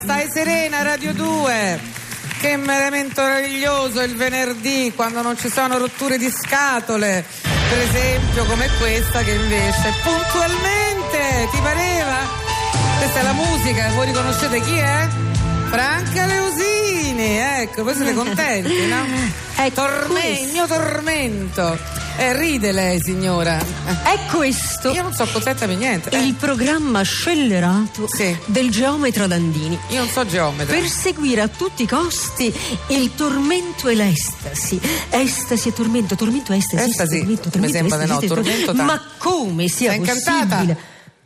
Stai serena, Radio 2. Che momento meraviglioso il venerdì, quando non ci sono rotture di scatole, per esempio come questa, che invece puntualmente, ti pareva? Questa è la musica, voi riconoscete chi è? Franca Leusini, ecco, voi siete contenti, no? Il mio tormento. Ride lei, signora. È questo. Io non so contenta per niente. Il programma scellerato del geometra Dandini. Io non so geometra. Per seguire a tutti i costi il tormento e l'estasi. Estasi e tormento, tormento e estasi. Estasi, tormento, mi sembra di no, tormento tanto. Ma come sia possibile?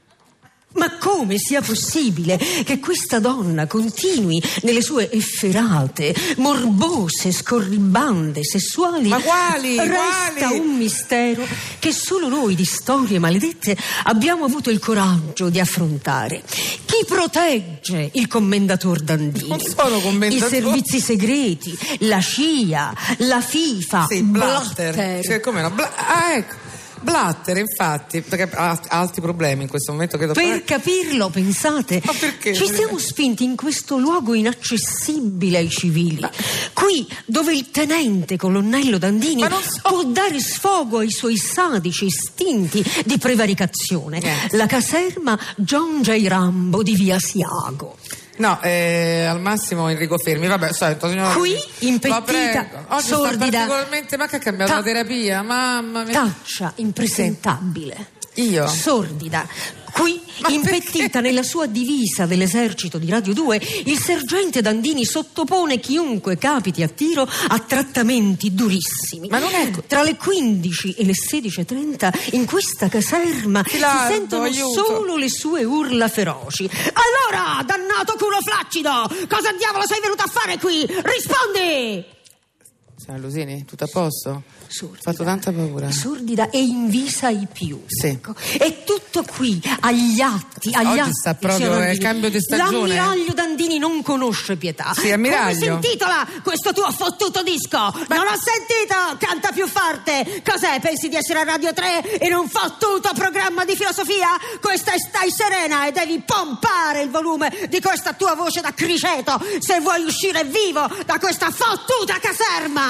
Ma come sia possibile che questa donna continui nelle sue efferate, morbose, scorribande, sessuali? Ma quali? Resta un mistero che solo noi di storie maledette abbiamo avuto il coraggio di affrontare. Chi protegge il commendator Dandini? Non sono commendatori. I servizi segreti, la CIA, la FIFA, sì, Blatter. Cioè, come no? Ecco. Blatter, infatti, perché ha altri problemi in questo momento. Per capirlo, pensate, ma perché? Ci siamo spinti in questo luogo inaccessibile ai civili, qui dove il tenente colonnello Dandini può dare sfogo ai suoi sadici istinti di prevaricazione. La caserma John J. Rambo di via Asiago. No, al massimo Enrico Fermi. Vabbè, sento, signora. Qui, impettita, oggi sordida. Sta particolarmente, ma che ha cambiato la terapia? Mamma mia. Taccia, impresentabile. Io? Sordida. Qui, impettita nella sua divisa dell'esercito di Radio 2, il sergente Dandini sottopone chiunque capiti a tiro a trattamenti durissimi. Ma non è... Tra le 15 e le 16:30 in questa caserma si sentono solo le sue urla feroci. Allora, dannato culo flaccido, cosa diavolo sei venuto a fare qui? Rispondi! Signora Leusini, tutto a posto? Sordida, fatto tanta paura. Sordida e invisa ai più. Sì. Ecco. E tutto qui, agli atti. Oggi sta proprio il cambio di stagione. L'ammiraglio Dandini non conosce pietà. Sì, ammiraglio. Come si intitola questo tuo fottuto disco? Non ho sentito! Canta più forte! Cos'è? Pensi di essere a Radio 3 in un fottuto programma di filosofia? Questa è Stai Serena e devi pompare il volume di questa tua voce da criceto se vuoi uscire vivo da questa fottuta caserma!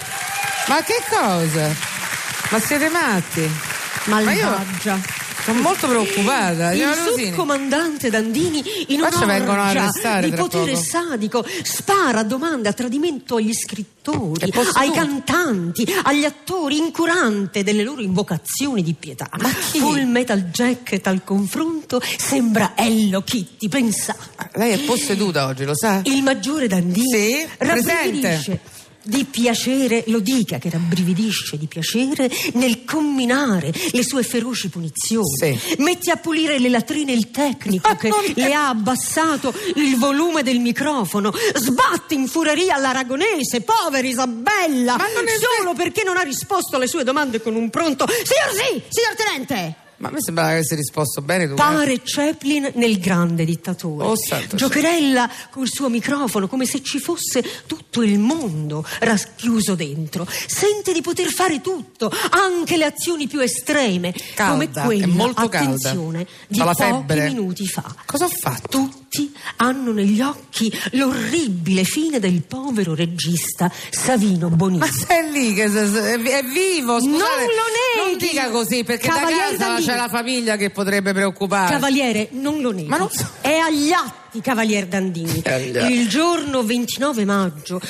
Ma che cosa? Ma siete matti? Malvagia. Sono molto preoccupata. Il subcomandante Dandini, in un'orgia di potere sadico, spara domande a tradimento agli scrittori, ai cantanti, agli attori, incurante delle loro invocazioni di pietà. Ma chi? Full Metal Jacket al confronto sembra Hello Kitty, pensate. Lei è posseduta oggi, lo sa? Il maggiore Dandini rabbrividisce di piacere, lo dica che rabbrividisce di piacere nel comminare le sue feroci punizioni. Metti a pulire le latrine il tecnico che le ha abbassato il volume del microfono, sbatte in furia l'aragonese, povera Isabella, solo perché non ha risposto alle sue domande con un pronto signor tenente. Ma a me sembra che avesse risposto bene tu. Pare Chaplin nel Grande Dittatore. Giocherella col suo microfono come se ci fosse tutto il mondo racchiuso dentro. Sente di poter fare tutto, anche le azioni più estreme, come quella, molto attenzione, di pochi minuti fa. Cosa ho fatto? Tutti hanno negli occhi l'orribile fine del povero regista Savino Bonini. Ma sei lì che è vivo, scusate. Non lo neghi. Non dica così, perché da casa c'è la famiglia che potrebbe preoccupare. Cavaliere, non lo neghi. Ma non so. È agli atti, Cavalier Dandini. Il giorno 29 maggio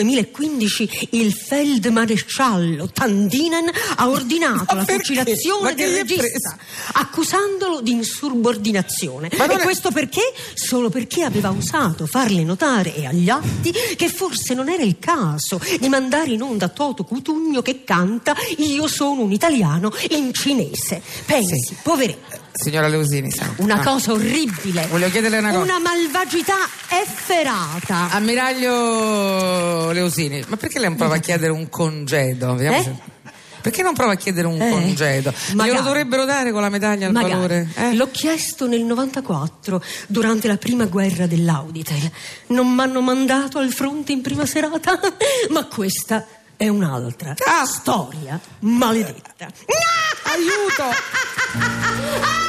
2015 il feldmaresciallo Tandinen ha ordinato la fucilazione del regista, accusandolo di insubordinazione. E questo perché? Solo perché aveva osato farle notare e agli atti che forse non era il caso di mandare in onda Toto Cutugno che canta Io sono un italiano in cinese. Pensi, poveretto. Signora Leusini, una cosa orribile. Voglio chiederle una cosa. Una malvagità efferata. Ammiraglio Leusini, ma perché lei non prova a chiedere un congedo? Perché non prova a chiedere un congedo? Glielo dovrebbero dare con la medaglia al valore? L'ho chiesto nel 94, durante la prima guerra dell'Auditel. Non m'hanno mandato al fronte in prima serata, ma questa è un'altra storia maledetta. Aiuto!